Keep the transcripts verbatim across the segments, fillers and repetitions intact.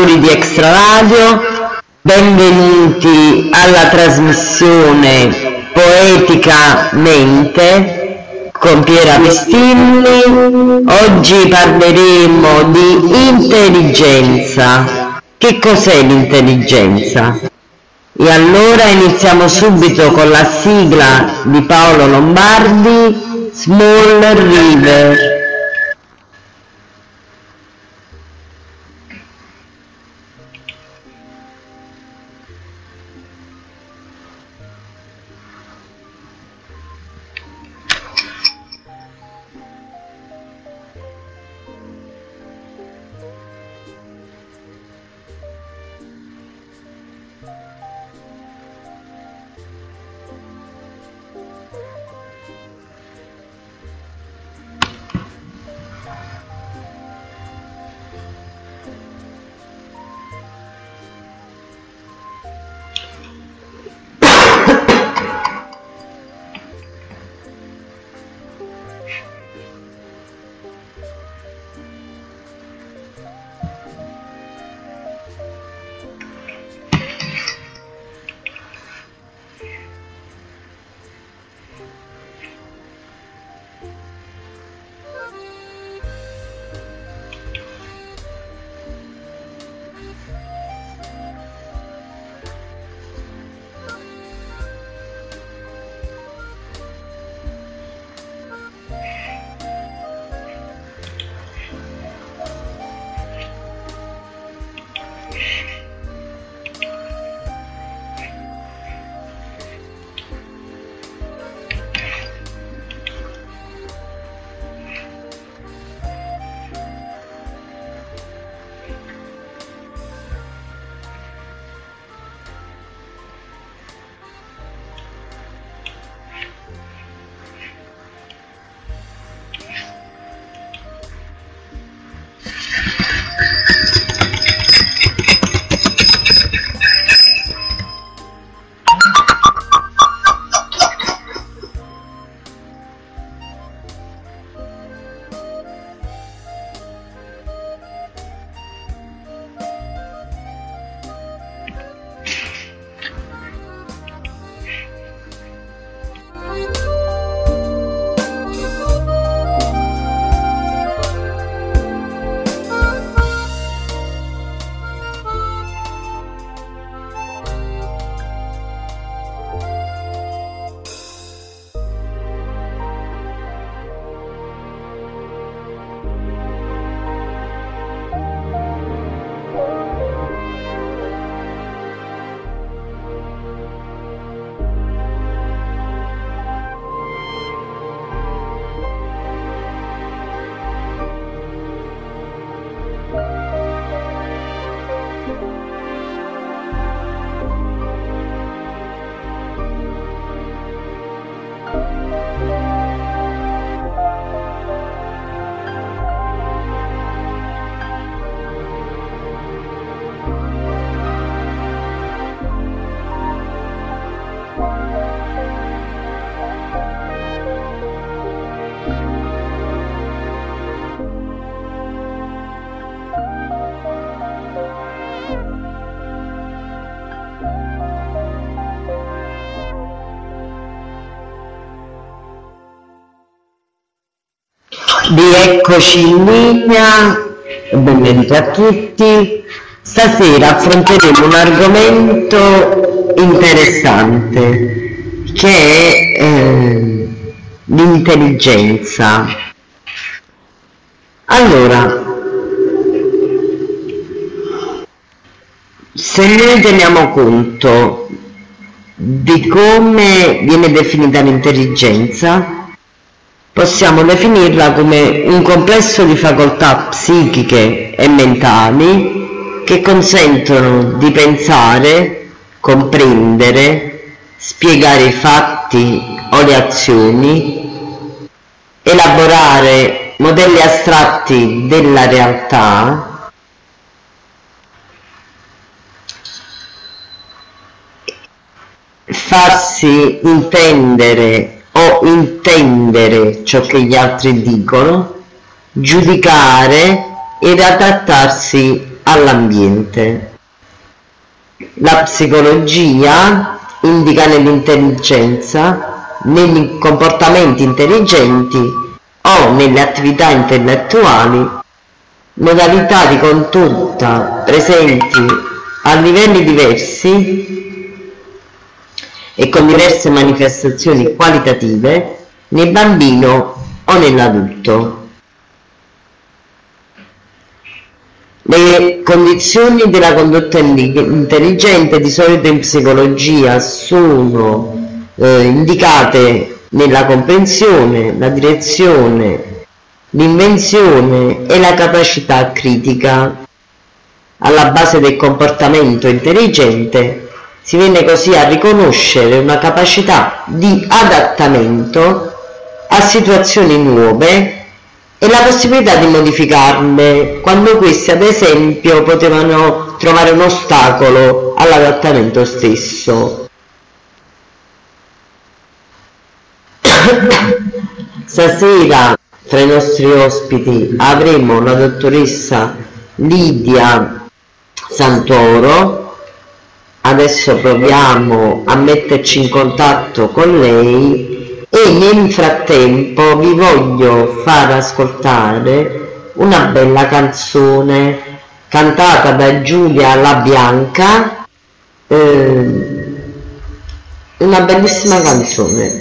ascoltatori di Extra Radio, benvenuti alla trasmissione Poeticamente con Piera Pestilli. Oggi parleremo di intelligenza. Che cos'è l'intelligenza? E allora iniziamo subito con la sigla di Paolo Lombardi, Small River. Rieccoci in linea, benvenuti a tutti. Stasera affronteremo un argomento interessante che è eh, l'intelligenza. Allora, se noi teniamo conto di come viene definita l'intelligenza, possiamo definirla come un complesso di facoltà psichiche e mentali che consentono di pensare, comprendere, spiegare i fatti o le azioni, elaborare modelli astratti della realtà, farsi intendere o intendere ciò che gli altri dicono, giudicare ed adattarsi all'ambiente. La psicologia indica nell'intelligenza, nei comportamenti intelligenti o nelle attività intellettuali modalità di condotta presenti a livelli diversi e con diverse manifestazioni qualitative nel bambino o nell'adulto. Le condizioni della condotta intelligente di solito in psicologia sono eh, indicate nella comprensione, la direzione, l'invenzione e la capacità critica. Alla base del comportamento intelligente si viene così a riconoscere una capacità di adattamento a situazioni nuove e la possibilità di modificarle quando queste ad esempio potevano trovare un ostacolo all'adattamento stesso. Stasera tra i nostri ospiti avremo la dottoressa Lidia Santoro. Adesso proviamo a metterci in contatto con lei e nel frattempo vi voglio far ascoltare una bella canzone cantata da Giulia La Bianca, eh, una bellissima canzone.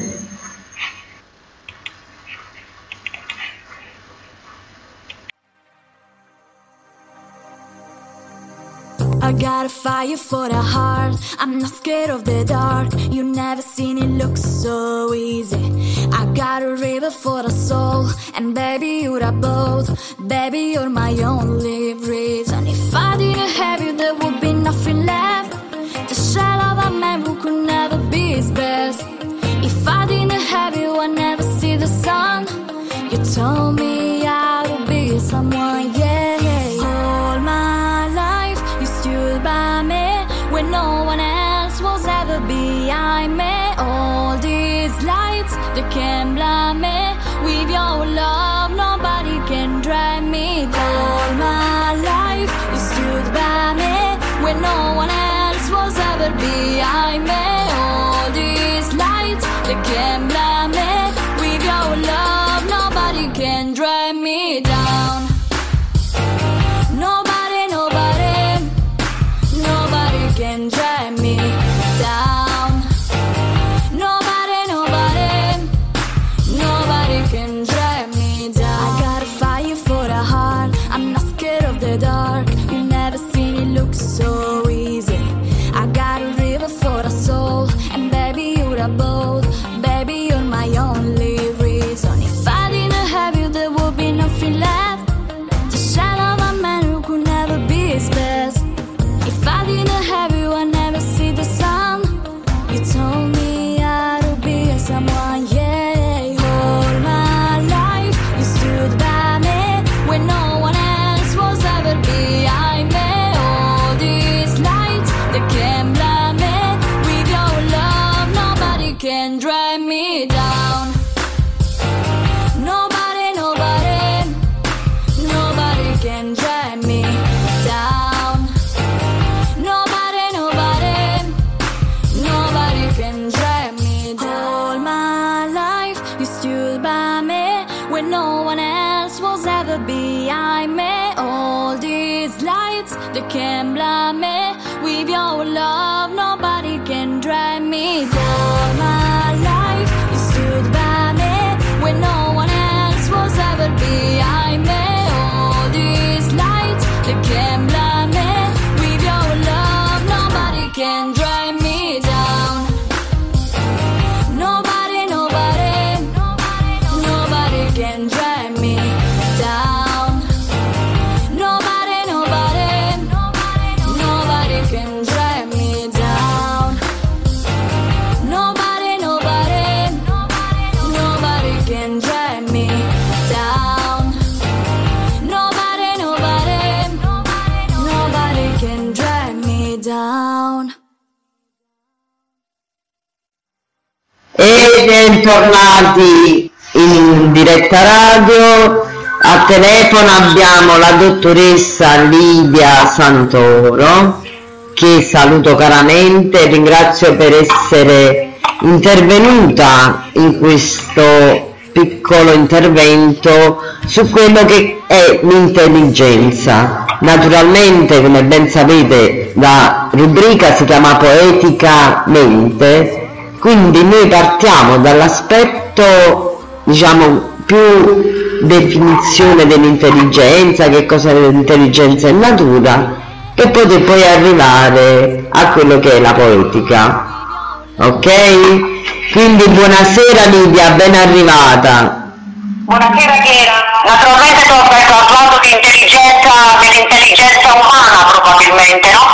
I got a fire for the heart, I'm not scared of the dark. You never seen it look so easy. I got a river for the soul, and baby you're a boat. Baby you're my only reason. If I didn't have you there would be nothing left. The shell of a man who could never be his best. If I didn't have you I'd never see the sun. You told me I would be someone, yeah. All my life you stood by me when no one else was ever behind me. All these lights, they can't blind me. With your love nobody can drag me down. All my life you stood by me when no one else was ever behind me. All these lights, they can't blind me. With your love nobody can drag me down. Nobody, nobody, nobody can drag me down. Nobody, nobody, nobody can drag me down. I got a fire for the heart, I'm not scared of the dark. You never seen it look so easy. I got a river for the soul, and baby you're a boat. Baby you're my only reason. If I didn't have you there would be nothing left. The shadow of a man who could never be his best. If I didn't have you I'd never see the sun. You told me I would be someone, yeah. All my life you stood by me when no one else was ever behind me. All these lights, they can't blind me. With your love nobody can drag me down. Nobody, nobody, nobody can drag me down. Nobody, nobody, nobody can drag me down. All my life you stood by me when no one else was ever behind me. All these lights, they can't blind me. With your love nobody can drag me down. All my life you stood by me when no one else was ever behind me. All these lights, they can't blind me. With your love nobody can drag me down. Nobody, nobody, nobody can drag me down. Nobody, nobody, nobody can drag me down. Nobody, nobody, nobody can drag me down. Nobody, nobody, nobody can drag me down. E bentornati in diretta radio. A telefono abbiamo la dottoressa Lidia Santoro, che saluto caramente, ringrazio per essere intervenuta in questo piccolo intervento su quello che è l'intelligenza. Naturalmente, come ben sapete, la rubrica si chiama Poeticamente, quindi noi partiamo dall'aspetto, diciamo, più definizione dell'intelligenza, che cosa è l'intelligenza in natura, e poter poi arrivare a quello che è la poetica. Ok? Quindi buonasera Lidia, ben arrivata. Buonasera Chiara, naturalmente tu hai parlato di intelligenza, dell'intelligenza umana probabilmente, no?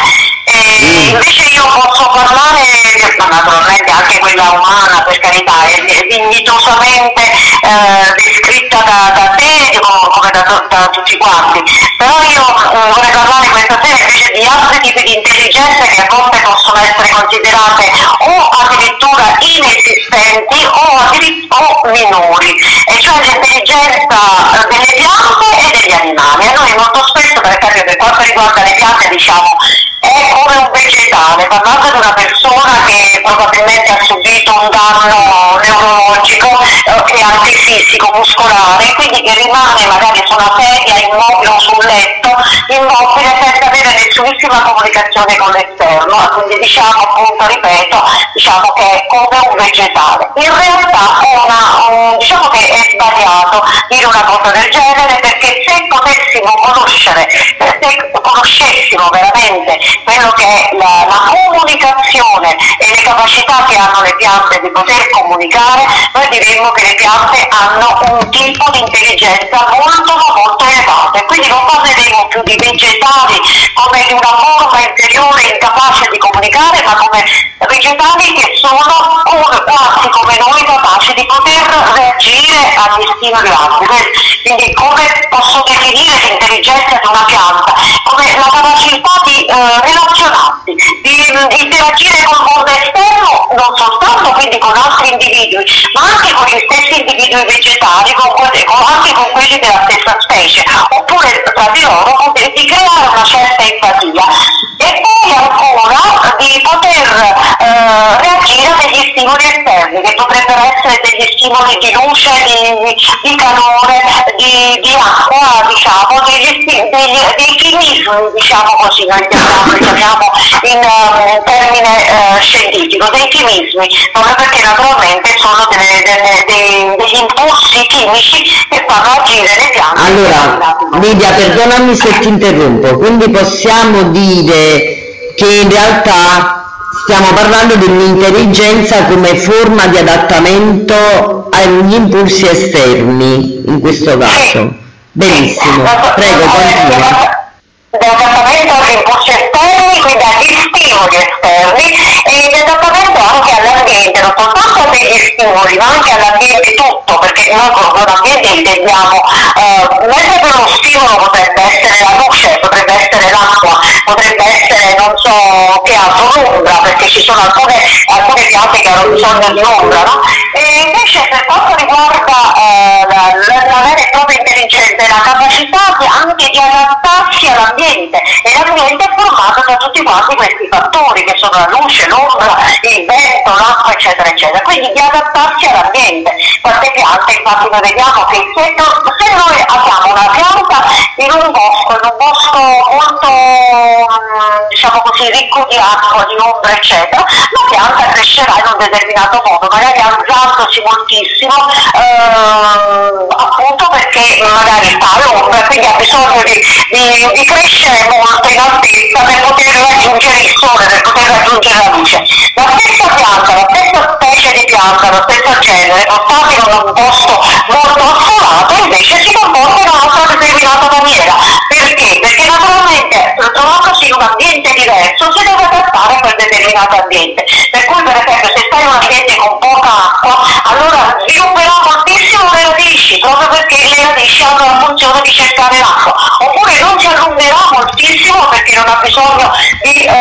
E invece io posso parlare, ma naturalmente anche quella umana, per carità, è dignitosamente eh, descritta da, da te come da, da tutti quanti, però io eh, vorrei parlare questa sera invece di altri tipi di intelligenze che a volte possono essere considerate o addirittura inesistenti o, addirittura, o minori, e cioè l'intelligenza delle piante e degli animali. E noi molto spesso, per esempio, per quanto riguarda le piante, diciamo è come un vegetale, parlando di una persona che probabilmente ha subito un danno neurologico eh, e anche fisico, muscolare, quindi che rimane magari su una sedia, immobile o sul letto, immobile, senza avere nessunissima comunicazione con l'esterno. Quindi diciamo, appunto, ripeto, diciamo che è come un vegetale. In realtà è una, um, diciamo che è sbagliato dire una cosa del genere, perché se potessimo conoscere, se conoscessimo veramente quello che è la, la comunicazione e le capacità che hanno le piante di poter comunicare, noi diremmo che le piante hanno un tipo di intelligenza molto molto elevato, e quindi non parleremo più di vegetali come di una forma inferiore incapace di comunicare, ma come vegetali che sono come, quasi come noi, capaci di poter reagire agli stimoli altri. Quindi come posso definire l'intelligenza di una pianta? Come la capacità di eh, relazionarsi, di interagire col mondo esterno, non soltanto quindi con altri individui, ma anche con gli stessi individui vegetali, con quelli, con, anche con quelli della stessa specie, oppure tra di loro, di creare una certa empatia, e poi ancora di poter eh, reagire a degli stimoli esterni, che potrebbero essere degli stimoli di luce, di, di calore, di, di acqua, diciamo, degli, degli, dei chimismi, diciamo così, noi chiamiamo in uh, termine uh, scientifico, dei chimismi, proprio perché naturalmente sono delle, delle, dei, degli impulsi chimici che fanno agire le piante. Allora, Lidia, perdonami se ti interrompo, quindi possiamo dire che in realtà stiamo parlando di un'intelligenza come forma di adattamento agli impulsi esterni, in questo caso. Benissimo, prego, continua. L'adattamento agli impulsi esterni, quindi agli stimoli esterni, e l'adattamento anche all'ambiente, non soltanto a degli stimoli, ma anche all'ambiente tutto, perché noi con l'ambiente intendiamo, eh, mentre per uno stimolo potrebbe essere la luce, potrebbe essere l'acqua, potrebbe essere, non so che altro, l'ombra, perché ci sono alcune, alcune piante che hanno bisogno di ombra, no? E invece per quanto riguarda eh, la, la, la vera e propria intelligenza, la capacità di, anche di adattarsi all'ambiente, e l'ambiente è formato da tutti quanti questi fattori che sono la luce, l'ombra, il vento, l'acqua, eccetera eccetera, quindi di adattarsi all'ambiente. Queste piante, infatti, noi vediamo che se, se noi abbiamo una pianta in un bosco, in un bosco molto, diciamo così, ricco di acqua, di ombra, eccetera, la pianta crescerà in un determinato modo, magari alzandosi moltissimo, ehm, appunto perché magari sta all'ombra, quindi ha bisogno di, di, di crescere molto in altezza per poter raggiungere il sole, per poter raggiungere la luce. La stessa pianta, la stessa specie di pianta, lo stesso genere, portata in un posto molto assolato, invece si comporta in un'altra determinata maniera. Perché? Perché naturalmente, trovandosi in un ambiente diverso, si deve adattare a quel determinato ambiente. Per cui, per esempio, se stai in un ambiente con poca acqua, allora svilupperà moltissimo le radici, proprio perché le radici hanno la funzione di cercare l'acqua. Oppure non si allungherà moltissimo perché non ha bisogno di, eh,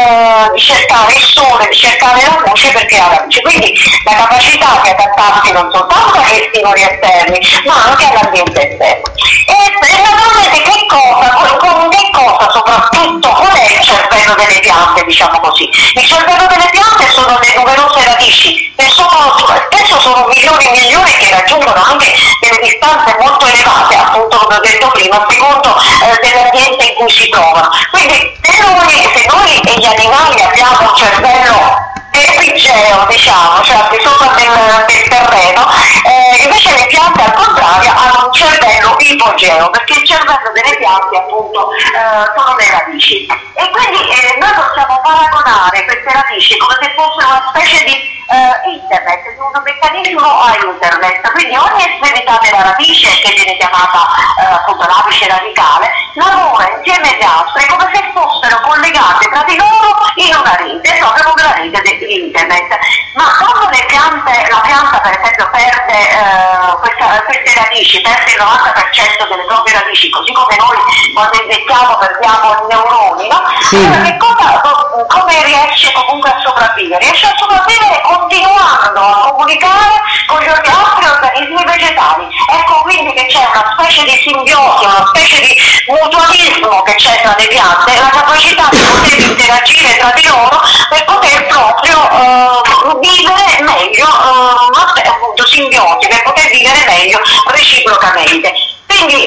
eh, di cercare il sole, di cercare la luce per creare la luce, quindi la capacità di adattarsi non soltanto agli stimoli esterni ma anche all'ambiente esterno. E, e naturalmente che cosa, con, con che cosa soprattutto, qual è il cervello delle piante, diciamo così? Il cervello delle piante sono le numerose radici, e sono, spesso sono milioni e milioni che raggiungono anche delle distanze molto elevate, appunto come ho detto prima, a secondo eh, dell'ambiente in cui si trovano. Quindi se noi, se noi e gli animali abbiamo un cervello epigeo, diciamo, cioè al di sopra del, del terreno, eh, invece le piante al contrario hanno un cervello ipogeo, perché il cervello delle piante appunto eh, sono le radici. E quindi eh, noi possiamo paragonare queste radici come se fosse una specie di Uh, internet, di un meccanismo a internet, quindi ogni estremità della radice, che viene chiamata uh, appunto l'apice radicale, lavora insieme agli altri come se fossero collegate tra di loro in una rete, proprio come la rete di internet. Ma quando le piante, la pianta per esempio perde uh, questa, queste radici, perde il novanta per cento delle proprie radici, così come noi quando invecchiamo perdiamo i neuroni, no? Sì. Allora, che cosa, come riesce comunque a sopravvivere? Riesce a sopravvivere continuando a comunicare con gli altri organismi vegetali. Ecco quindi che c'è una specie di simbiosi, una specie di mutualismo che c'è tra le piante, la capacità di poter interagire tra di loro per poter proprio uh, vivere meglio, uh, appunto simbiosi, per poter vivere meglio reciprocamente. Quindi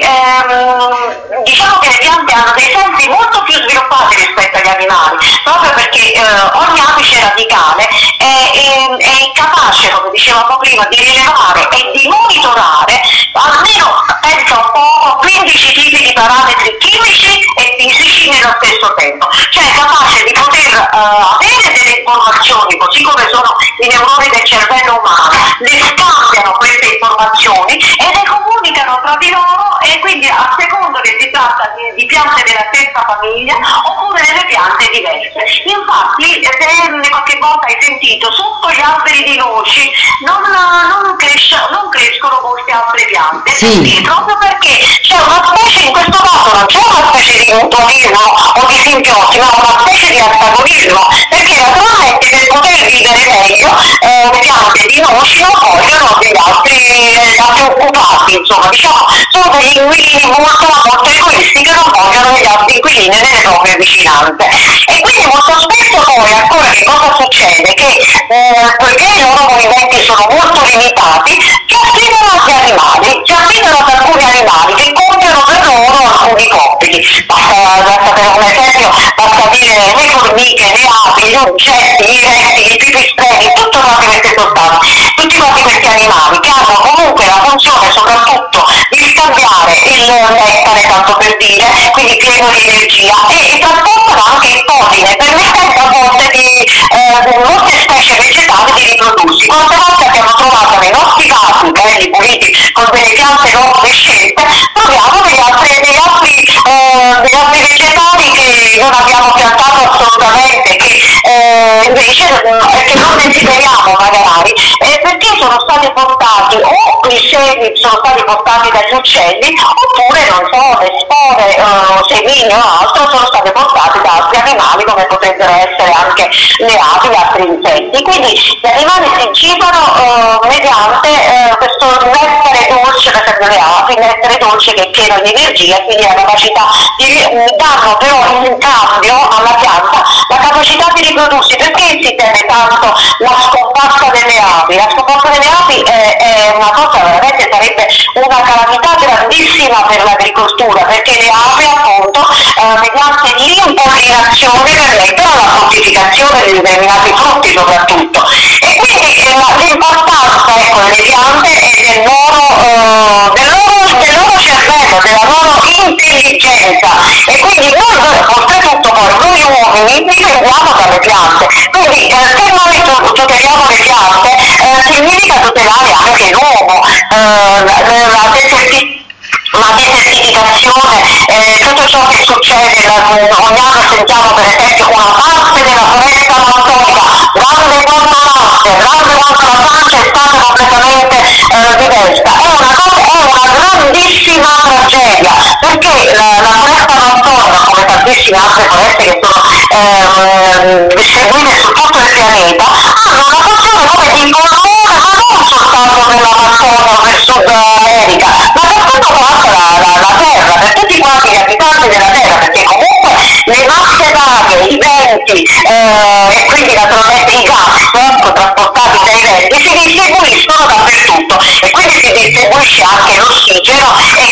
ehm, diciamo che le piante hanno dei sensi molto più sviluppati rispetto agli animali, proprio perché eh, ogni apice radicale è, è, è capace, come dicevamo prima, di rilevare e di monitorare almeno, pensa un po', quindici tipi di parametri chimici e fisici nello stesso tempo, cioè è capace di poter eh, avere delle informazioni, così come sono i neuroni del cervello umano, le scambiano queste informazioni e le comunicano tra di loro, e quindi a secondo che si tratta di, di piante della stessa famiglia oppure delle piante diverse. Infatti, se qualche volta hai sentito, sotto gli alberi di noci non, non, cresce, non crescono molte altre piante, sì. Perché? Proprio perché c'è una specie, in questo caso non c'è una specie di mutualismo o di simbiosi, ma una specie di antagonismo, perché naturalmente per poter vivere meglio eh, le piante di noci non vogliono degli altri, degli altri occupati, insomma, diciamo, sono degli inquilini molto, molto egoisti che non vogliono gli altri inquilini nelle proprie vicinanze. E quindi molto spesso poi ancora che cosa succede? Che eh, poiché i loro movimenti sono molto limitati, si affidano agli animali, si affidano ad alcuni animali che compiono per loro alcuni compiti. Basta, basta per un esempio, basta dire le formiche, le api, gli uccelli, i rettili, i pipistrelli, tutto quanti queste sostanze, tutti quanti questi animali che hanno comunque la funzione soprattutto di scambiare il nettare, tanto per dire, quindi pieno di energia, e, e trasportano anche il polline, permettendo a volte di eh, molte specie vegetali di riprodursi. Quante volte abbiamo trovato nei nostri vasi, belli puliti, con delle piante nostre scelte, troviamo degli altri, degli altri, eh, degli altri vegetali che non abbiamo piantato assolutamente, che eh, invece eh, che non desideriamo magari, eh, perché sono stati portati, o i semi sono stati portati dagli uccelli, oppure non so, le spore, eh, semini o altro sono state portate da altri animali, come potrebbero essere anche le api e altri insetti. Quindi gli animali si cibano eh, mediante eh, questo nettare dolce, per esempio le api, il nettare dolce che è pieno di energia, quindi la capacità di danno però in cambio alla pianta la capacità di riprodursi. Perché si teme tanto la scomparsa delle api? La scomparsa delle api è, è una cosa veramente, sarebbe una calamità grandissima per l'agricoltura, perché le api appunto eh, mediante l'impollinazione permettono la fruttificazione di determinati frutti soprattutto, e quindi eh, l'importanza, ecco, delle piante e del loro, eh, del loro, del loro cervello, della loro intelligenza, e quindi noi oltretutto poi noi uomini dipendiamo dalle piante, quindi eh, se noi tuteliamo le piante eh, significa tutelare anche l'uomo, eh, la, la deserti- la desertificazione, eh, tutto ciò che succede, la, ogni anno sentiamo per esempio una parte della foresta amazzonica, grande quanto l'Asia, grande quanto la Francia, è stata completamente eh, diversa. È una cosa, è una grandissima tragedia, perché la, la foresta amazzonica, come tantissime altre foreste che sono eh,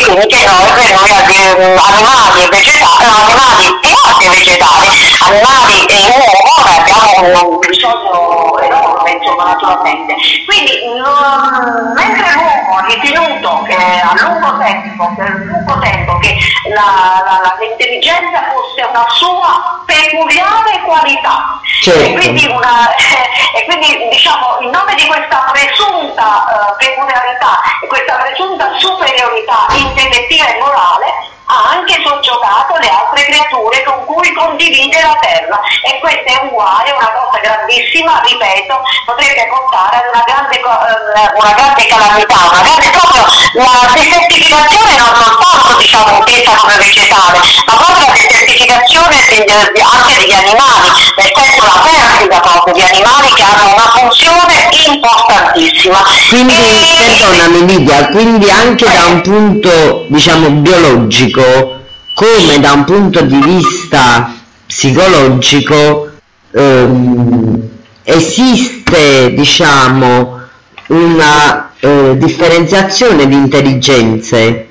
chimiche noi per noi animali e vegetali, animali e anche vegetali, animali e uomo ne abbiamo un bisogno enorme, insomma, naturalmente. Quindi no, mentre l'uomo ha ritenuto che a lungo tempo, per lungo tempo che la, la, la, l'intelligenza fosse una sua peculiare qualità, certo. e quindi una e quindi diciamo in nome di questa presunta uh, peculiarità e questa presunta superiorità intellettiva e morale ha anche soggiogato le altre creature con cui condivide la terra, e questo è un guaio, una cosa grandissima, ripeto, potrebbe portare ad una grande, una grande calamità, una grande proprio la desertificazione non soltanto diciamo intesa come vegetale, ma proprio la desertificazione anche degli animali, nel senso la perdita proprio di animali che hanno una funzione importantissima. Quindi, e... perdonami Lidia, quindi anche da un punto diciamo biologico come da un punto di vista psicologico ehm, esiste diciamo una eh, differenziazione di intelligenze,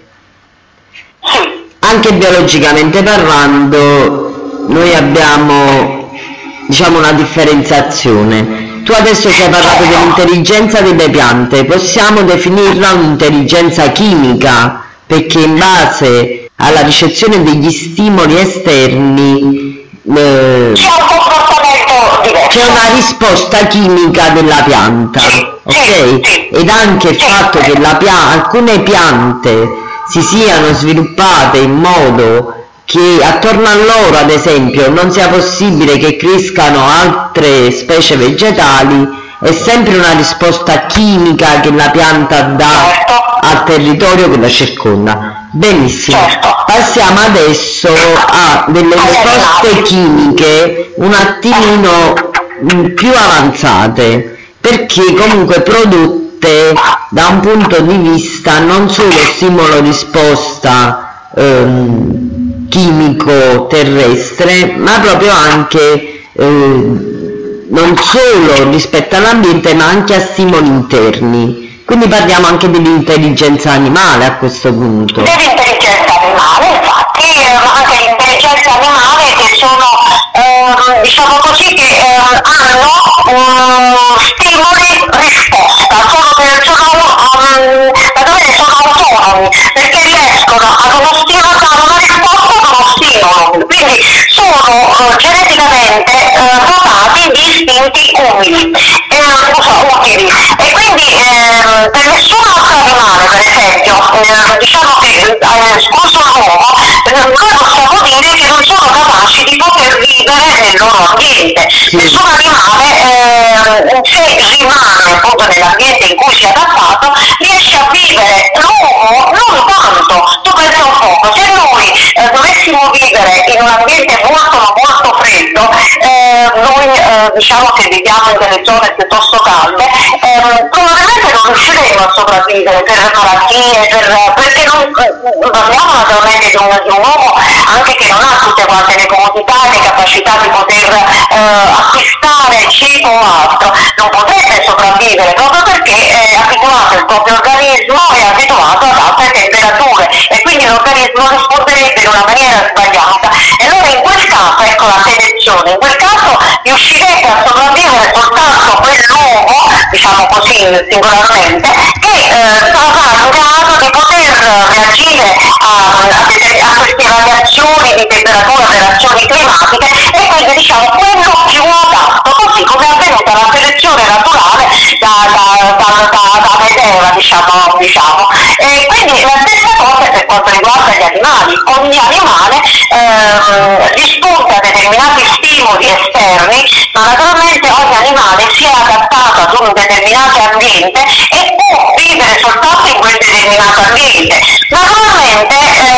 anche biologicamente parlando noi abbiamo diciamo una differenziazione. Tu adesso ci hai parlato dell'intelligenza delle piante, possiamo definirla un'intelligenza chimica perché in base alla ricezione degli stimoli esterni eh, c'è un comportamento diverso, c'è una risposta chimica della pianta, ok? Ed anche il fatto che la pia- alcune piante si siano sviluppate in modo che attorno a loro ad esempio non sia possibile che crescano altre specie vegetali, è sempre una risposta chimica che la pianta dà al territorio che la circonda. Benissimo, passiamo adesso a delle risposte chimiche un attimino più avanzate, perché comunque prodotte da un punto di vista non solo stimolo risposta ehm, chimico terrestre, ma proprio anche eh, non solo rispetto all'ambiente ma anche a stimoli interni. Quindi parliamo anche dell'intelligenza animale a questo punto. Dell'intelligenza animale, infatti, eh, anche l'intelligenza animale che sono, eh, diciamo così, che eh, hanno um, stimoli risposta, sono, sono, um, sono autonomi, perché riescono ad uno stimolo, a una risposta ad uno stimolo, quindi sono uh, geneticamente uh, dotati di istinti umili, eh, scusa, utili, e quindi eh, per nessun altro animale, per esempio, eh, diciamo che eh, escluso l'uomo, eh, noi possiamo dire che non sono capaci di poter vivere nel loro ambiente. Sì. Nessun animale, eh, se rimane appunto nell'ambiente in cui si è adattato, riesce a vivere. L'uomo non tanto, tu pensa un poco, se noi eh, dovessimo vivere in un ambiente molto molto freddo, eh, noi eh, diciamo che viviamo in delle zone piuttosto calde, eh, probabilmente non riusciremo a sopravvivere per malattie, per, perché non parliamo naturalmente di un, di un uomo anche che non ha tutte quante le comodità e le capacità di poter eh, acquistare cibo o altro, non potrebbe sopravvivere proprio perché è abituato, il proprio organismo è abituato ad alte temperature e quindi l'organismo risponderebbe in una maniera sbagliata. E allora in quel caso, ecco la selezione, in quel caso riuscirebbe a sopravvivere soltanto quell'uomo, diciamo così singolarmente, che eh, sarà in grado di poter reagire a, a, a queste variazioni di temperatura, variazioni climatiche, e quindi diciamo quello più adatto, così come è avvenuta la selezione naturale da, da, da, da, da Medea, diciamo, diciamo. E quindi la stessa cosa per quanto riguarda gli animali. Ogni animale ehm, risponde a determinati stimoli esterni, ma naturalmente ogni animale si è adattato ad un determinato ambiente e può vivere soltanto in quel determinato ambiente. Naturalmente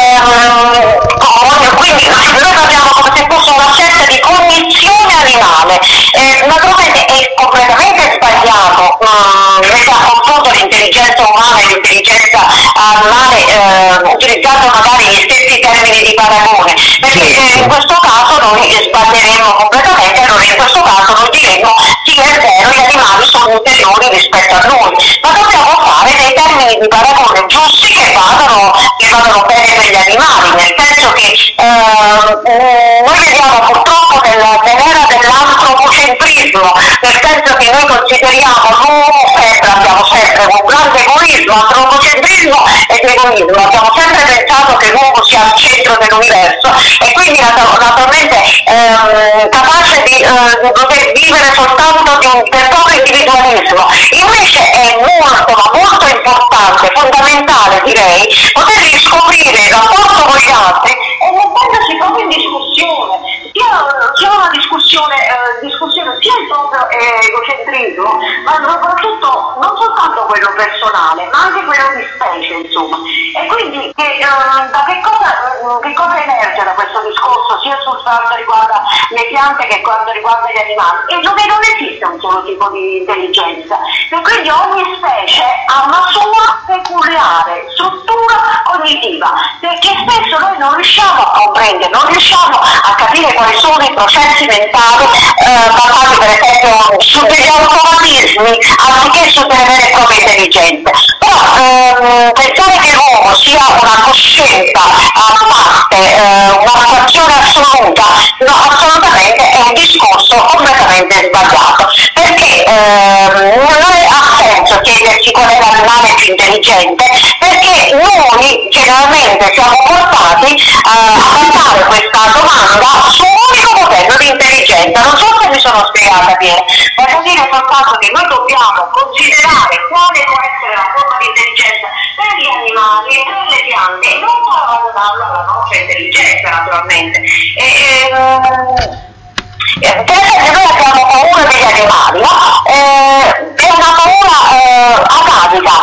ehm, quindi noi abbiamo come se fosse una sorta di cognizione animale. Eh, naturalmente è completamente sbagliato mh, mettere a confronto l'intelligenza umana e l'intelligenza animale eh, utilizzando magari gli stessi termini di paragone, perché eh, in questo caso noi sbaglieremmo completamente. Allora in questo caso noi diremmo sì, è vero, gli animali sono ulteriori rispetto a noi, ma dobbiamo fare dei termini di paragone giusti che vadano, che vadano bene per gli animali, nel senso che eh, noi vediamo purtroppo nella, nell'era dell'antropocentrismo, nel senso che noi consideriamo l'uomo sempre, abbiamo sempre un grande egoismo, antropocentrismo ed egoismo, abbiamo sempre pensato che l'uomo sia al centro dell'universo e quindi naturalmente ehm, capace di, eh, di poter vivere soltanto di un, del proprio individualismo. Invece è molto ma molto importante, fondamentale direi, poter riscoprire il rapporto con gli altri e mettendosi proprio in discussione, sia, sia una discussione, eh, discussione sia il proprio egocentrismo, ma soprattutto non soltanto quello personale, ma anche quello di specie, insomma. E quindi che, eh, da che cosa, che cosa emerge da questo discorso, sia sul quanto riguarda le piante che quanto riguarda gli animali? E dove non esiste un solo tipo di intelligenza, e quindi ogni specie ha una sua peculiare struttura cognitiva, perché spesso noi non riusciamo a comprendere, non riusciamo a capire quali sono i processi mentali eh, basati per esempio su degli automatismi anziché su delle vere e proprie intelligenze. Però ehm, pensare che l'uomo sia una coscienza a parte, eh, un'attuazione assoluta, no, assolutamente è un discorso completamente sbagliato, perché ehm, non ha senso chiedersi qual è l'animale più intelligente, perché noi generalmente siamo portati eh, a fare questa domanda su un unico modello di intelligenza. Non so se mi sono spiegata bene, voglio dire soltanto che noi dobbiamo considerare quale può essere la forma di intelligenza per gli animali e per le piante e non paragonarlo alla nostra intelligenza naturalmente. E, ehm, Eh, per esempio noi abbiamo paura degli animali, no? Eh, è una paura eh, atavica,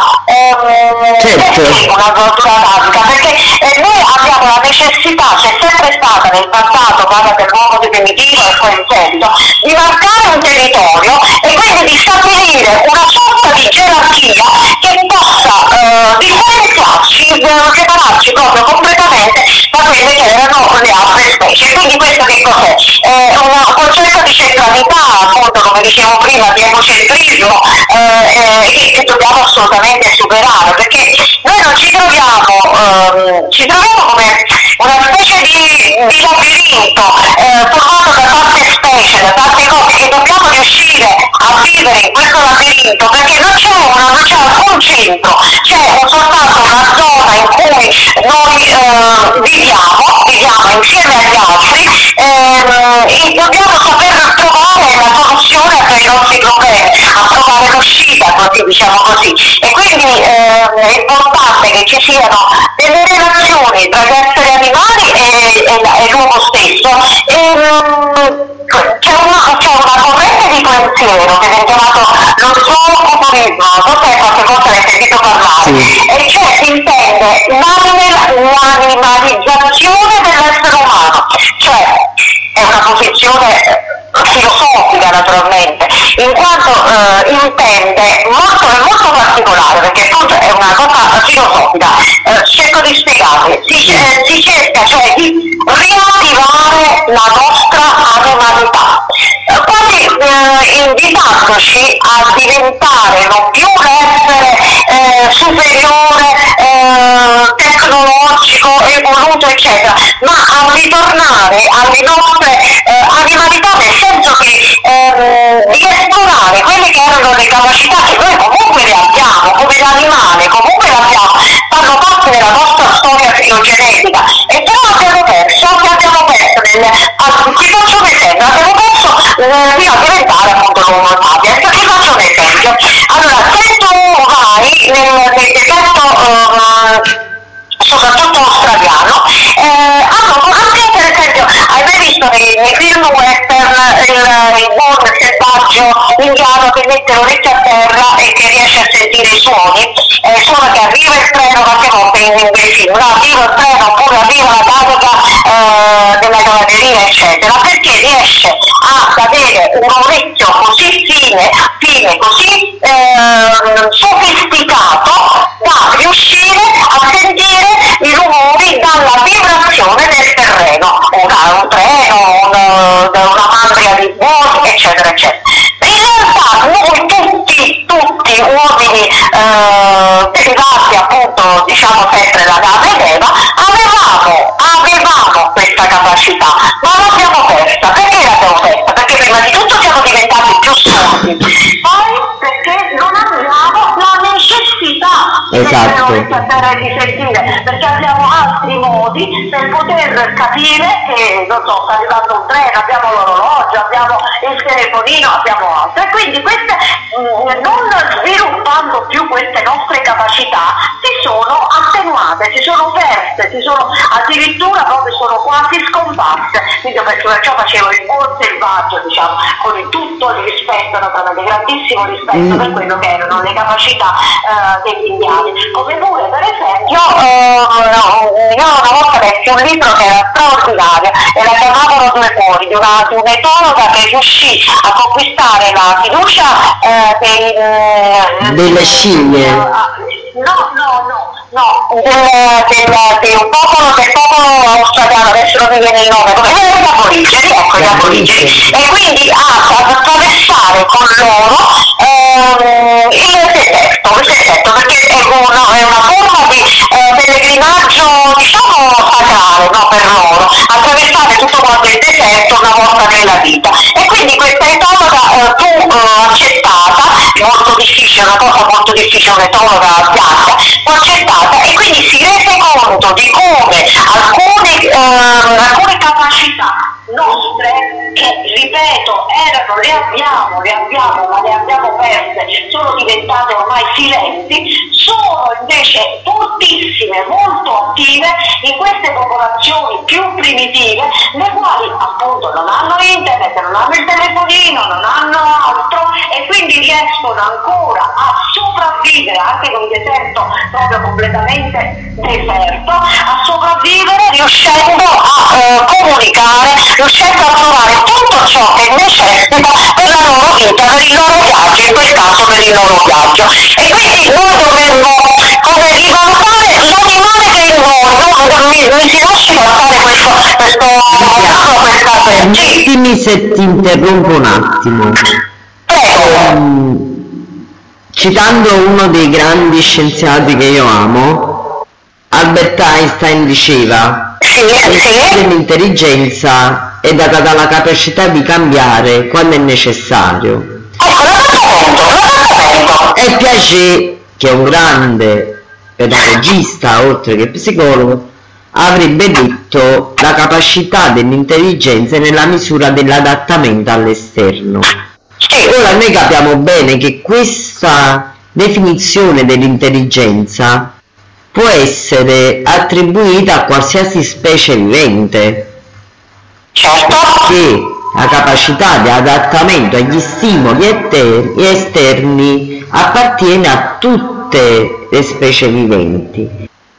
eh, certo. Perché una paura atavica? Perché eh, noi abbiamo la necessità, c'è sempre stata nel passato, parla dell'uomo primitivo e poi in seguito, di marcare un territorio e quindi di stabilire una sorta di gerarchia che possa eh, differenziarci, eh, separarci proprio completamente da quelle che erano le altre specie. Quindi questo che cos'è? Eh, una concetto di centralità, appunto come dicevo prima, di egocentrismo eh, eh, che dobbiamo assolutamente superare, perché noi non ci troviamo, ehm, ci troviamo come una specie di, di labirinto eh, formato da tante specie, da tante cose che dobbiamo riuscire a vivere in questo labirinto, perché non c'è, una, non c'è alcun centro, c'è soltanto una zona in cui noi eh, viviamo, viviamo insieme agli altri ehm, e dobbiamo saper trovare la soluzione per i nostri problemi, a trovare l'uscita, così diciamo così. E quindi eh, è importante che ci siano delle relazioni tra gli esseri animali e, e, e l'uomo stesso. E, um, c'è, una, c'è una corrente di pensiero che viene chiamato lo zoocomunismo, non so se qualche volta l'hai sentito parlare, sì. E cioè si intende l'animalizzazione dell'essere umano, cioè è una posizione filosofica naturalmente, in quanto eh, intende molto, è molto particolare, perché appunto è una cosa filosofica. Eh, cerco di spiegarvi, si, eh, si cerca cioè di riattivare la nostra animalità, eh, quasi eh, invitandoci a diventare non più l'essere eh, superiore, eh, tecnologico, evoluto eccetera, ma a ritornare alle nostre eh, animalità, nel senso che ehm, di esplorare quelle che erano le capacità che noi comunque le abbiamo, come l'animale, comunque le abbiamo, fanno parte della nostra storia filogenetica, e però abbiamo perso, abbiamo perso nel, ah, ti faccio un esempio, abbiamo perso eh, fino a diventare appunto l'uomo sapiens. Ti faccio un esempio, allora se tu vai nel, nel deserto eh, soprattutto australiano, eh, hanno anche per esempio, hai mai visto nei, nei film western il, il buon selvaggio indiano che mette l'orecchio a terra e che riesce a sentire i suoni, eh, suona che arriva il treno qualche volta in, in quei film, no, arriva il treno oppure arriva la carica eh, della cavalleria eccetera, perché riesce ad avere un orecchio così fine, fine così eh, sofisticato da riuscire a sentire i rumori dalla vibrazione del terreno, una, un treno, un, una mandria di buoni, eccetera, eccetera. In realtà noi tutti, tutti uomini eh, eh, derivati appunto, diciamo sempre da Adamo ed Eva, avevamo, avevamo questa capacità, ma l'abbiamo persa. Perché l'abbiamo persa? Perché prima di tutto siamo diventati più sordi, poi perché non abbiamo la necessità Esatto. di sapere di sentire, perché abbiamo altri modi per poter capire che, non so, sta arrivando un treno, abbiamo l'orologio, abbiamo il telefonino, abbiamo altro, e quindi queste, mh, non sviluppando più queste nostre capacità, si sono attenuate, si sono perse, si sono addirittura proprio sono quasi scomparse. Quindi perciò facevo il buon selvaggio, diciamo, con il tutto il rispetto, naturalmente, grandissimo rispetto mm. per quello che erano le capacità uh, degli indiani. Come pure, per esempio, uh, io una volta lessi un libro che era straordinario e la chiamavano Due Cuori, di una, di un'etologa che riuscì a conquistare la fiducia uh, dei, uh, delle scimmie. Uh, no, no, no. No, del, del, del un popolo, del popolo australiano, adesso non mi viene il nome, come eh, gli aborigeni, ecco gli aborigeni, e quindi ha ad attraversare con loro ehm, il deserto, il deserto, perché è una, è una forma di eh, pellegrinaggio, diciamo, sacrale, no, per loro, attraversare tutto quanto il deserto una volta nella vita. E quindi questa etologa eh, fu eh, accettata, molto difficile, una cosa molto difficile, un'etologa bianca, fu accettata, e quindi si rese conto di come alcune, eh, alcune capacità nostre, che ripeto erano, le abbiamo, le abbiamo, ma le abbiamo perse, sono diventate ormai silenti, sono invece fortissime, molto attive in queste popolazioni più primitive, le quali appunto non hanno internet, non hanno il telefonino, non hanno altro, e quindi riescono ancora a sopravvivere anche con il deserto proprio completamente deserto, a sopravvivere riuscendo a eh, comunicare, riuscendo a trovare tutto ciò che necessita per la loro vita, per il loro viaggio, in quel caso per il loro viaggio. E quindi noi dovremmo come rivalutare l'animale che è in noi, no? mi, mi si lasci passare questo, questo, questa permettimi se ti interrompo un attimo. Prego. Um, citando uno dei grandi scienziati che io amo, Albert Einstein diceva: sì, sì. l'intelligenza è data dalla capacità di cambiare quando è necessario. Ecco, l'argomento, E Piaget, che è un grande pedagogista oltre che psicologo, avrebbe detto: la capacità dell'intelligenza è nella misura dell'adattamento all'esterno. Ora noi capiamo bene che questa definizione dell'intelligenza può essere attribuita a qualsiasi specie vivente, che la capacità di adattamento agli stimoli esterni appartiene a tutte le specie viventi.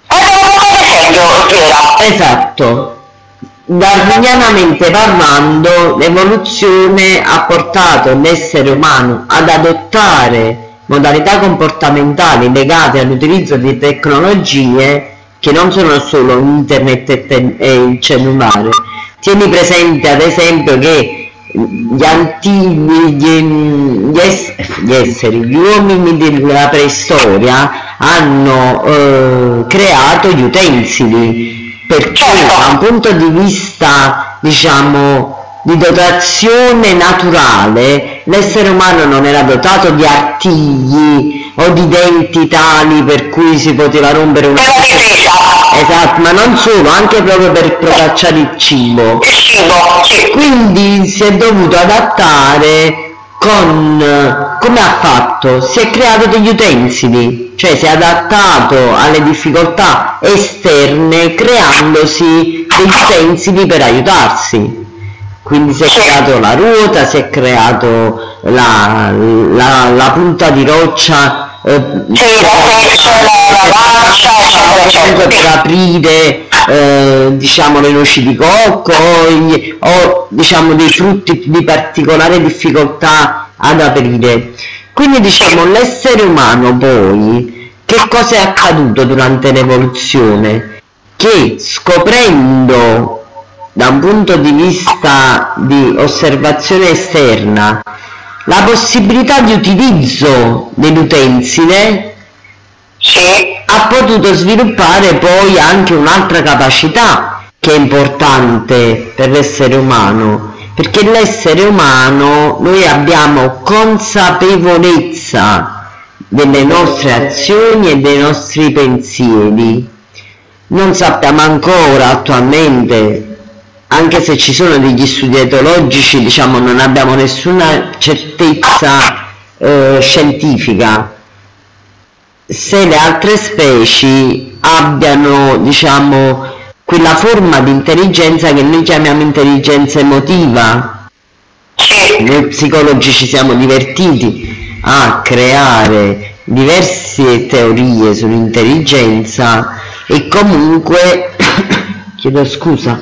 Esatto. Darwinianamente parlando, l'evoluzione ha portato l'essere umano ad adottare modalità comportamentali legate all'utilizzo di tecnologie che non sono solo internet e, te- e il cellulare. Tieni presente ad esempio che gli antichi, gli, gli, ess- gli esseri, gli uomini della preistoria hanno eh, creato gli utensili, perché da un punto di vista, diciamo, di dotazione naturale, l'essere umano non era dotato di artigli o di denti tali per cui si poteva rompere una esatto, ma non solo, anche proprio per procacciare il cibo. Quindi si è dovuto adattare con, come ha fatto? Si è creato degli utensili, cioè si è adattato alle difficoltà esterne creandosi degli utensili per aiutarsi. Quindi si è creato la ruota, si è creato la, la, la punta di roccia eh, per aprire eh, diciamo le noci di cocco o diciamo dei frutti di particolare difficoltà ad aprire. Quindi diciamo l'essere umano poi, che cosa è accaduto durante l'evoluzione? Che scoprendo da un punto di vista di osservazione esterna la possibilità di utilizzo dell'utensile, sì. ha potuto sviluppare poi anche un'altra capacità che è importante per l'essere umano, perché l'essere umano, noi abbiamo consapevolezza delle nostre azioni e dei nostri pensieri. Non sappiamo ancora attualmente, anche se ci sono degli studi etologici, diciamo, non abbiamo nessuna certezza eh, scientifica se le altre specie abbiano, diciamo, quella forma di intelligenza che noi chiamiamo intelligenza emotiva. Noi psicologi ci siamo divertiti a creare diverse teorie sull'intelligenza e comunque chiedo scusa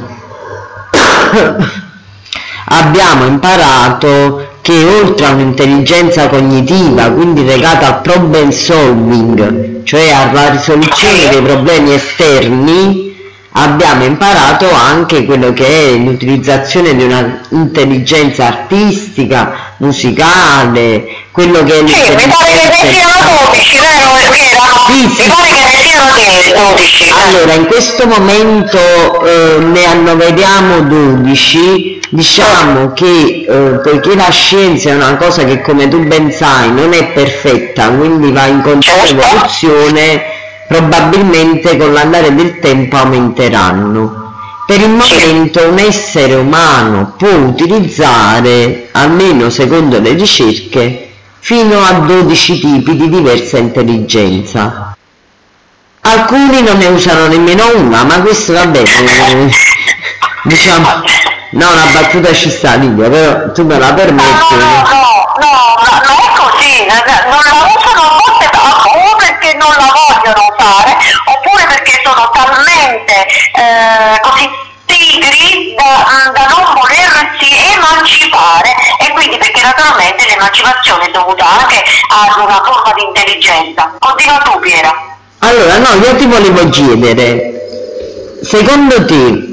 abbiamo imparato che oltre a un'intelligenza cognitiva, quindi legata al problem solving, cioè alla risoluzione dei problemi esterni, abbiamo imparato anche quello che è l'utilizzazione di una intelligenza artistica, musicale, quello che è sì, mi pare che ne siano dodici, vero? Sì, sì. Mi pare che ne siano dodici. Allora, in questo momento eh, ne annoveriamo dodici. Diciamo che eh, poiché la scienza è una cosa che, come tu ben sai, non è perfetta, quindi va in continua evoluzione, probabilmente con l'andare del tempo aumenteranno. Per il momento un essere umano può utilizzare, almeno secondo le ricerche, fino a dodici tipi di diversa intelligenza. Alcuni non ne usano nemmeno una, ma questo va bene, diciamo, no, una battuta ci sta, Livia, però tu me la permetti? No, no, no, no, no, non è così, non la usano a volte o perché non la vogliono usare, oppure perché sono talmente eh, così pigri da, da non volersi emancipare, e quindi perché naturalmente l'emancipazione è dovuta anche ad una forma di intelligenza. Continua tu, Piera. Allora, no, io ti volevo chiedere, secondo te,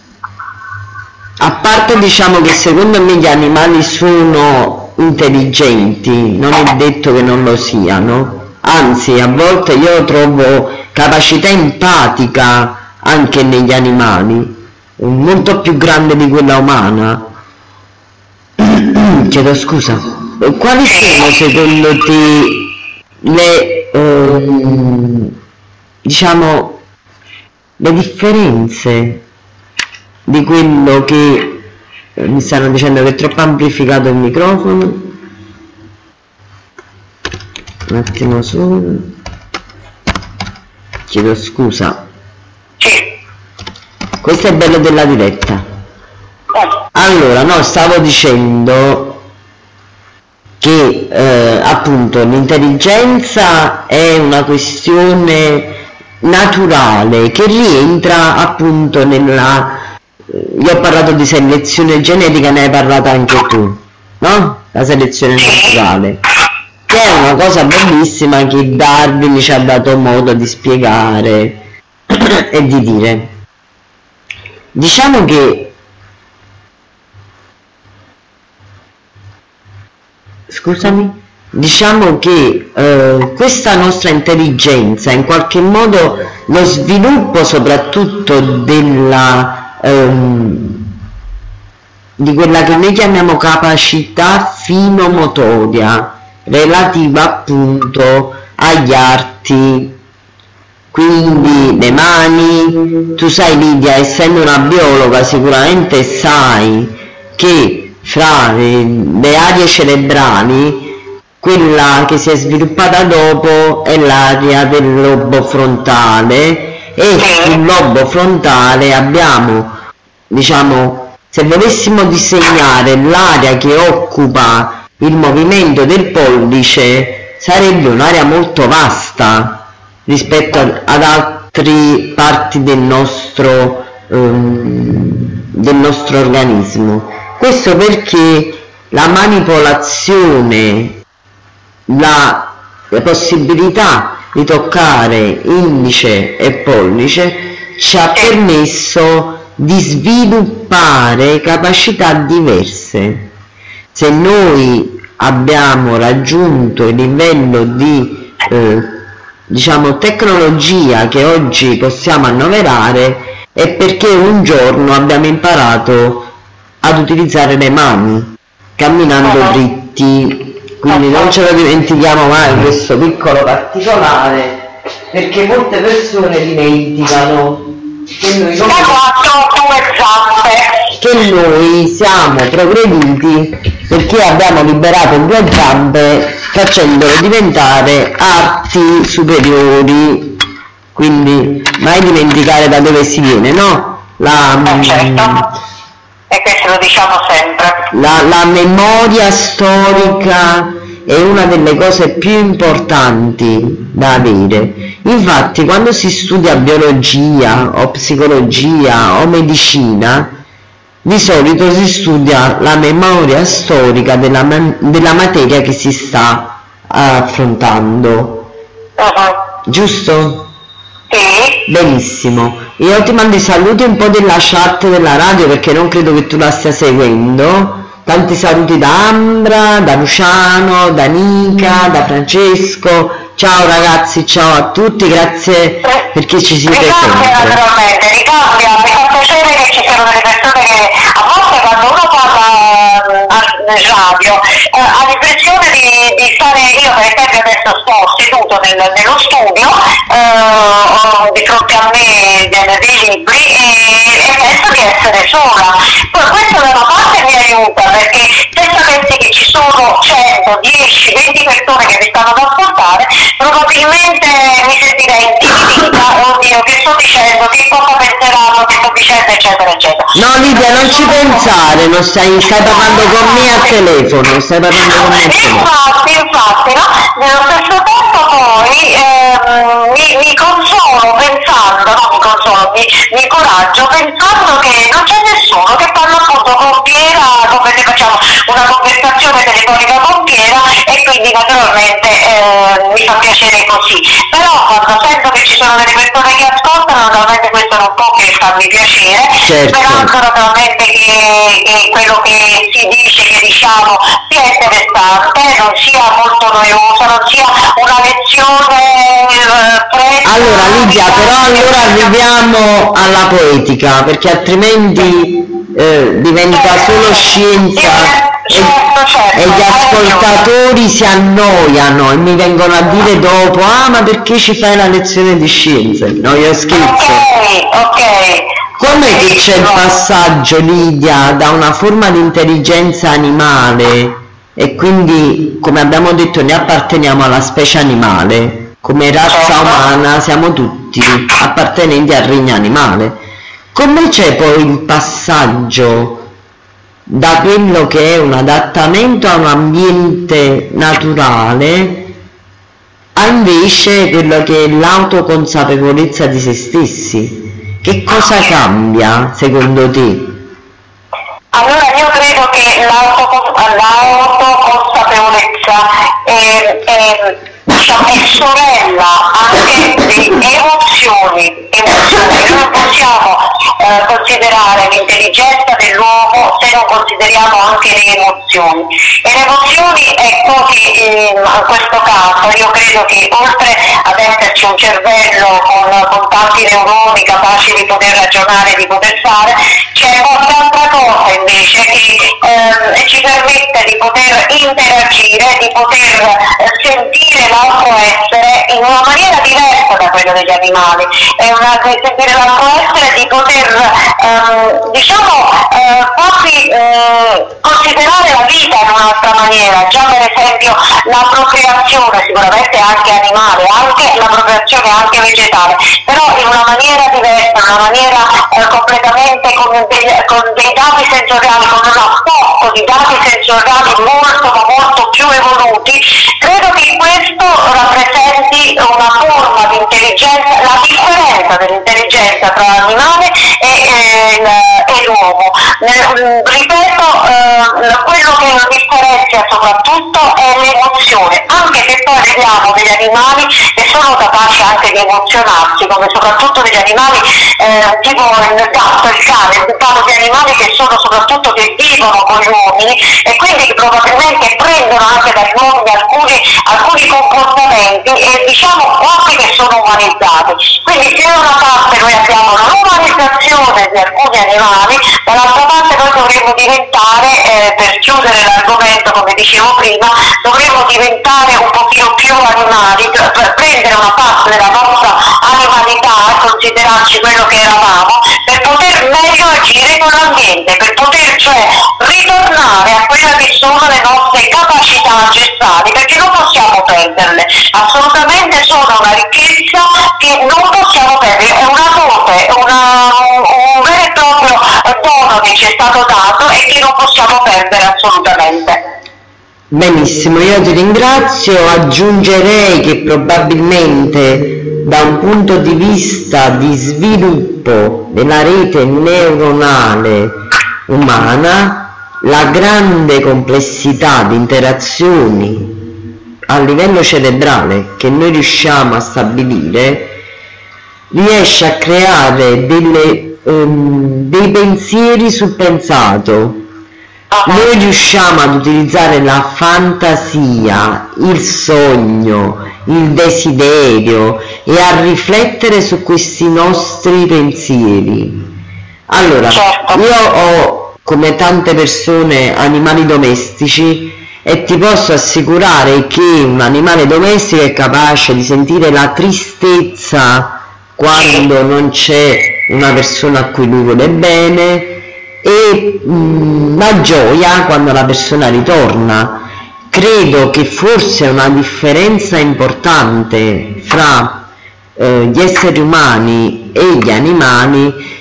a parte, diciamo, che secondo me gli animali sono intelligenti, non è detto che non lo siano, anzi a volte io trovo capacità empatica anche negli animali, molto più grande di quella umana. Chiedo scusa, quali sono secondo te le ehm, diciamo le differenze di quello che eh, mi stanno dicendo che è troppo amplificato il microfono? Un attimo solo, chiedo scusa. Questo è bello della diretta. Allora, no, stavo dicendo che eh, appunto l'intelligenza è una questione naturale che rientra appunto nella, io ho parlato di selezione genetica, ne hai parlato anche tu, no? La selezione naturale, che è una cosa bellissima che Darwin ci ha dato modo di spiegare e di dire. Diciamo che scusami, diciamo che eh, questa nostra intelligenza, in qualche modo lo sviluppo soprattutto della ehm, di quella che noi chiamiamo capacità finomotoria relativa appunto agli arti, quindi le mani. Tu sai, Lidia, essendo una biologa, sicuramente sai che fra le, le aree cerebrali quella che si è sviluppata dopo è l'area del lobo frontale, e sul lobo frontale abbiamo, diciamo, se volessimo disegnare l'area che occupa il movimento del pollice, sarebbe un'area molto vasta rispetto ad, ad altre parti del nostro, um, del nostro organismo. Questo perché la manipolazione, la, la possibilità di toccare indice e pollice ci ha permesso di sviluppare capacità diverse. Se noi abbiamo raggiunto il livello di eh, diciamo tecnologia che oggi possiamo annoverare è perché un giorno abbiamo imparato ad utilizzare le mani camminando dritti, quindi non ce lo dimentichiamo mai questo piccolo particolare, perché molte persone dimenticano che noi, non... che noi siamo progrediti perché abbiamo liberato due zampe facendole diventare arti superiori, quindi mai dimenticare da dove si viene, no? La, eh certo. E questo lo diciamo sempre. La, la memoria storica è una delle cose più importanti da avere. Infatti quando si studia biologia o psicologia o medicina, di solito si studia la memoria storica della, della materia che si sta affrontando. Uh-huh. Giusto? Sì. Benissimo. Io ti mando i saluti un po' della chat della radio perché non credo che tu la stia seguendo. Tanti saluti da Ambra, da Luciano, da Nica, da Francesco. Ciao ragazzi, ciao a tutti, grazie perché ci siete sempre. Naturalmente, ricambia, mi fa piacere che ci siano delle persone che a volte quando uno parla nel radio eh, ha l'impressione di, di stare, io per esempio adesso sto seduto nel, nello studio, eh, di fronte a me dei libri e, e penso di essere sola. Poi questo da una parte mi aiuta perché se sapessi che ci sono cento, dieci, venti persone che mi stanno ad ascoltare, probabilmente mi sentirei intimidita, oddio che sto dicendo, che cosa penseranno, che sto dicendo, eccetera eccetera. No Lidia, non ci pensare, non stai, stai parlando con me al telefono, stai parlando con me al telefono. Infatti, infatti, no? Nello stesso tempo poi ehm, mi, mi consolo pensando, no mi consolo, mi, mi incoraggio pensando che non c'è nessuno che parla appunto con Piera, come se facciamo una conversazione telefonica con Piera e quindi naturalmente eh, mi fa piacere così. Però quando sento che ci sono delle persone che ascoltano, naturalmente questo non può che farmi piacere, certo. Però anche naturalmente che, che quello che si dice, che diciamo sia interessante, non sia molto noioso, non sia una lezione eh, presa. Allora Lidia, però allora arriviamo alla poetica, perché altrimenti eh, diventa solo scienza e, e gli ascoltatori si annoiano e mi vengono a dire dopo: ah, ma perché ci fai la lezione di scienza? No, io scherzo. Ok, ok. Com'è che c'è il passaggio, Lidia, da una forma di intelligenza animale, e quindi, come abbiamo detto, ne apparteniamo alla specie animale, come razza umana siamo tutti appartenenti al regno animale. Come c'è poi il passaggio da quello che è un adattamento a un ambiente naturale a invece quello che è l'autoconsapevolezza di se stessi? Che cosa cambia secondo te? Allora io credo che l'autoconsapevolezza è, è, diciamo, è sorella anche di emozioni, emozioni. Noi non possiamo eh, considerare l'intelligenza dell'uomo se non consideriamo anche le emozioni. E le emozioni, ecco che eh, in questo caso io credo che oltre ad esserci un cervello con, con tanti neuroni capaci di poter ragionare, di poter fare, c'è qualche altra cosa invece che eh, ci permette di poter interagire, di poter eh, sentire l'altro essere in una maniera diversa da quella degli animali, è una, di sentire l'altro essere, di poter ehm, diciamo eh, quasi eh, considerare la vita in un'altra maniera. Già per esempio la procreazione, sicuramente anche animale, anche la procreazione anche vegetale, però in una maniera diversa, in una maniera eh, completamente con dei, con dei dati sensoriali, con un apporto di dati sensoriali molto ma molto più evoluti. Credo che questo rappresenti una forma di intelligenza, la differenza dell'intelligenza tra l'animale e, e, e l'uomo. Nel, ripeto, eh, quello che lo differenzia soprattutto è l'emozione, anche se poi vediamo degli animali che sono capaci anche di emozionarsi, come soprattutto degli animali eh, tipo il gatto, il cane, parlo di animali che sono soprattutto che vivono con gli uomini e quindi probabilmente prendono anche dagli uomini alcuni, alcuni comportamenti e diciamo quasi che sono umanizzati. Quindi se da una parte noi abbiamo l'umanizzazione di alcuni animali, dall'altra parte noi dovremmo diventare, eh, per chiudere l'argomento come dicevo prima, dovremmo diventare un pochino più animali, per prendere una parte della nostra animalità e considerarci quello che eravamo, per poter meglio agire con l'ambiente, per poter cioè ritornare a quelle che sono le nostre capacità ancestrali, perché non possiamo perderle, assolutamente sono una ricchezza che non possiamo perdere, è una dote, una, un vero e proprio dono che ci è stato dato e che non possiamo perdere assolutamente. Benissimo, io ti ringrazio. Aggiungerei che probabilmente da un punto di vista di sviluppo della rete neuronale umana, la grande complessità di interazioni a livello cerebrale che noi riusciamo a stabilire riesce a creare delle, um, dei pensieri sul pensato. Noi riusciamo ad utilizzare la fantasia, il sogno, il desiderio e a riflettere su questi nostri pensieri. Allora, io ho, come tante persone, animali domestici e ti posso assicurare che un animale domestico è capace di sentire la tristezza quando non c'è una persona a cui lui vuole bene e mh, la gioia quando la persona ritorna. Credo che forse una differenza importante fra eh, gli esseri umani e gli animali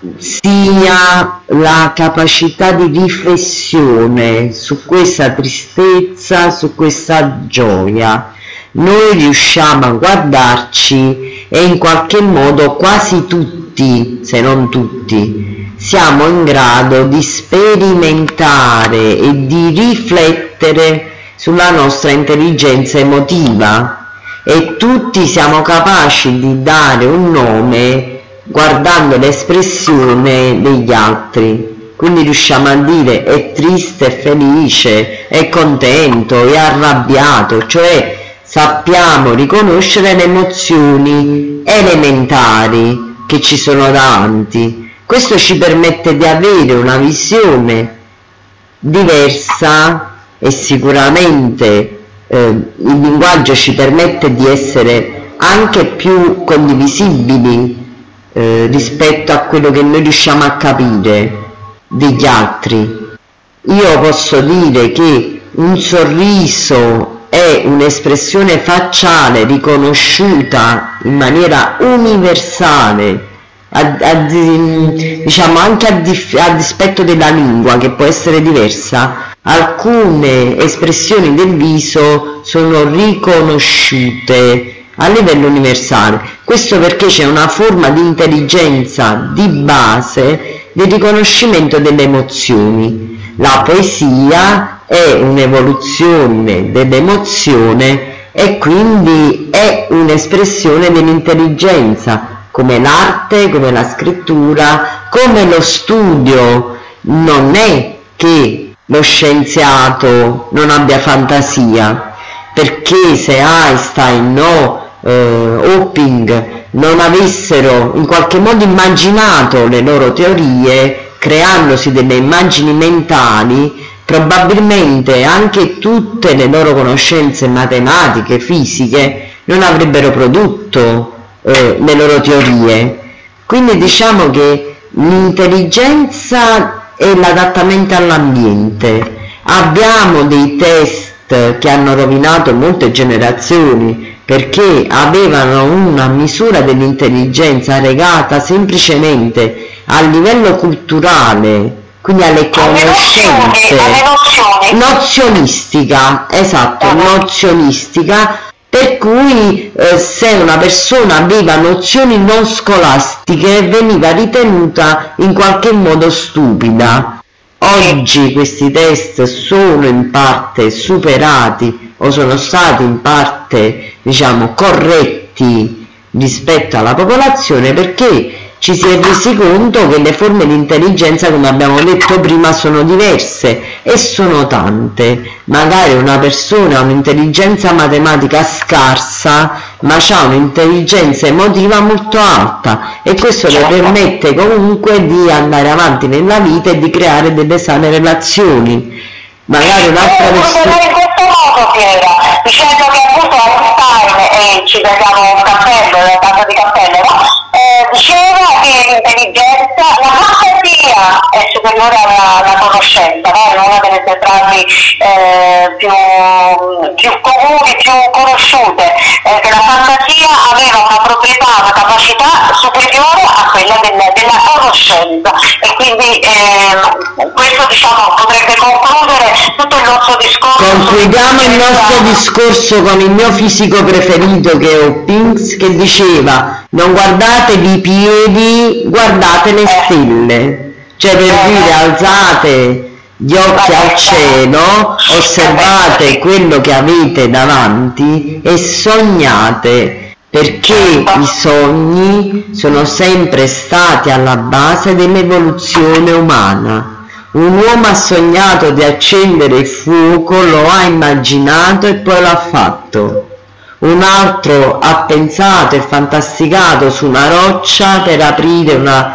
sia la capacità di riflessione su questa tristezza, su questa gioia. Noi riusciamo a guardarci e in qualche modo quasi tutti, se non tutti, siamo in grado di sperimentare e di riflettere sulla nostra intelligenza emotiva e tutti siamo capaci di dare un nome guardando l'espressione degli altri. Quindi riusciamo a dire è triste, è felice, è contento, è arrabbiato, cioè sappiamo riconoscere le emozioni elementari che ci sono davanti. Questo ci permette di avere una visione diversa e sicuramente eh, il linguaggio ci permette di essere anche più condivisibili eh, rispetto a quello che noi riusciamo a capire degli altri. Io posso dire che un sorriso è un'espressione facciale riconosciuta in maniera universale, A, a, diciamo anche a, dif, a dispetto della lingua che può essere diversa. Alcune espressioni del viso sono riconosciute a livello universale, questo perché c'è una forma di intelligenza di base di riconoscimento delle emozioni. La poesia è un'evoluzione dell'emozione e quindi è un'espressione dell'intelligenza, come l'arte, come la scrittura, come lo studio. Non è che lo scienziato non abbia fantasia, perché se Einstein o eh, Hawking non avessero in qualche modo immaginato le loro teorie, creandosi delle immagini mentali, probabilmente anche tutte le loro conoscenze matematiche, fisiche, non avrebbero prodotto Eh, le loro teorie. Quindi diciamo che l'intelligenza è l'adattamento all'ambiente. Abbiamo dei test che hanno rovinato molte generazioni perché avevano una misura dell'intelligenza legata semplicemente al livello culturale, quindi alle conoscenze, alle nozioni, nozionistica, esatto, nozionistica. Per cui eh, se una persona aveva nozioni non scolastiche veniva ritenuta in qualche modo stupida. Oggi questi test sono in parte superati o sono stati in parte, diciamo, corretti rispetto alla popolazione, perché ci si è resi conto che le forme di intelligenza, come abbiamo detto prima, sono diverse e sono tante. Magari una persona ha un'intelligenza matematica scarsa, ma ha un'intelligenza emotiva molto alta, e questo le permette comunque di andare avanti nella vita e di creare delle sane relazioni. Magari un'altra persona... in questo modo, Piera, dicendo che appunto Einstein, e ci prendiamo un cappello, un tanto di cappello, no? Eh, diceva che l'intelligenza, la fantasia è superiore alla, alla conoscenza, no? È una delle sue frasi eh, più, più comuni, più conosciute, eh, che la fantasia aveva una proprietà, una capacità superiore a quella della, della conoscenza, e quindi eh, questo, diciamo, potrebbe concludere tutto il nostro discorso. Concludiamo il nostro discorso con il mio fisico preferito, che è Hawkins, che diceva: non guardatevi i piedi, guardate le stelle. Cioè, per dire, alzate gli occhi al cielo, osservate quello che avete davanti e sognate, perché i sogni sono sempre stati alla base dell'evoluzione umana. Un uomo ha sognato di accendere il fuoco, lo ha immaginato e poi l'ha fatto. Un altro ha pensato e fantasticato su una roccia per aprire una,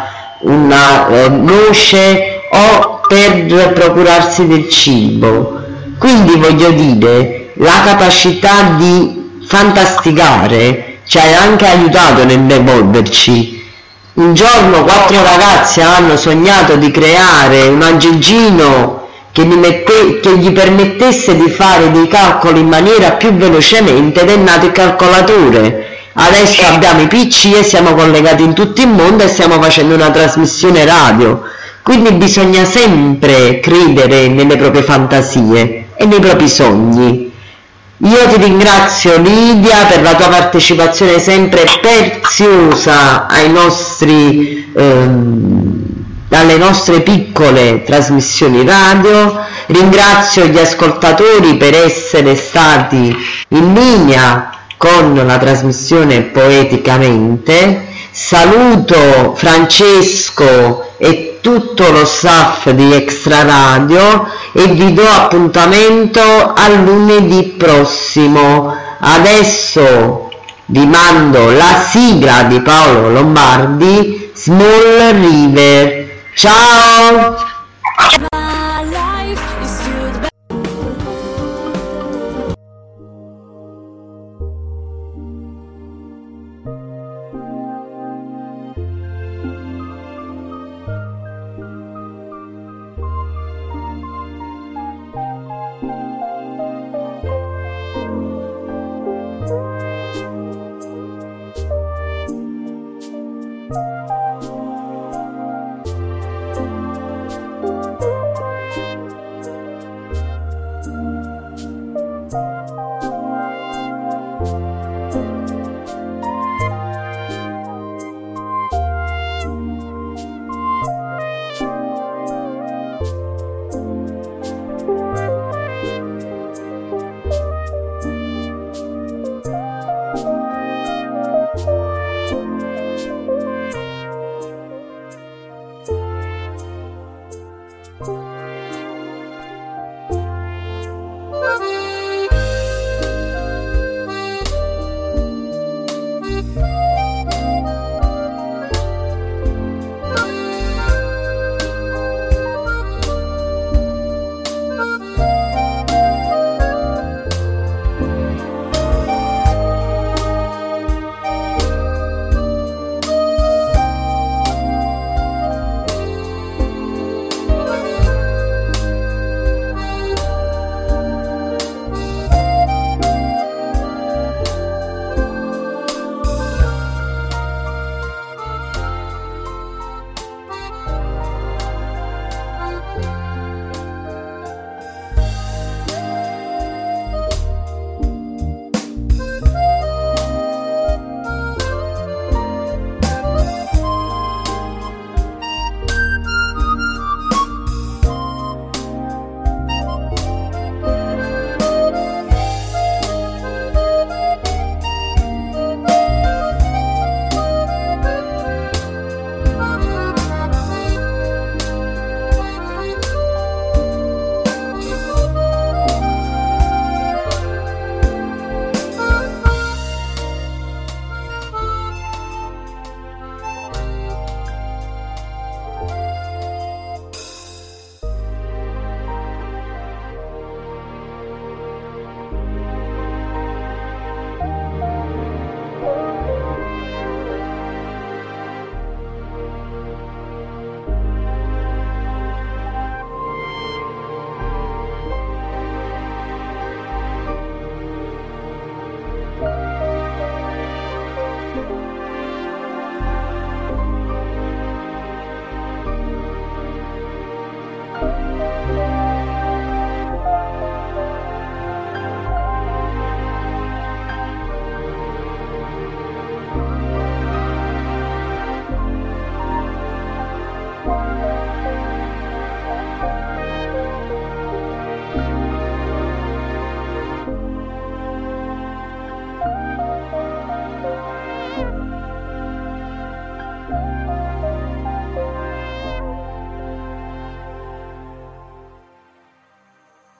una eh, noce o per procurarsi del cibo. Quindi voglio dire, la capacità di fantasticare ci ha anche aiutato nell'evolverci. Un giorno quattro ragazzi hanno sognato di creare un aggeggino che gli, mette, che gli permettesse di fare dei calcoli in maniera più velocemente, ed è nato il calcolatore. Adesso abbiamo i P C e siamo collegati in tutto il mondo e stiamo facendo una trasmissione radio. Quindi bisogna sempre credere nelle proprie fantasie e nei propri sogni. Io ti ringrazio, Lidia, per la tua partecipazione sempre preziosa ai nostri, ehm, alle nostre piccole trasmissioni radio. Ringrazio gli ascoltatori per essere stati in linea con la trasmissione Poeticamente. Saluto Francesco e tutto lo staff di Extra Radio e vi do appuntamento al lunedì prossimo. Adesso vi mando la sigla di Paolo Lombardi, Small River. Ciao!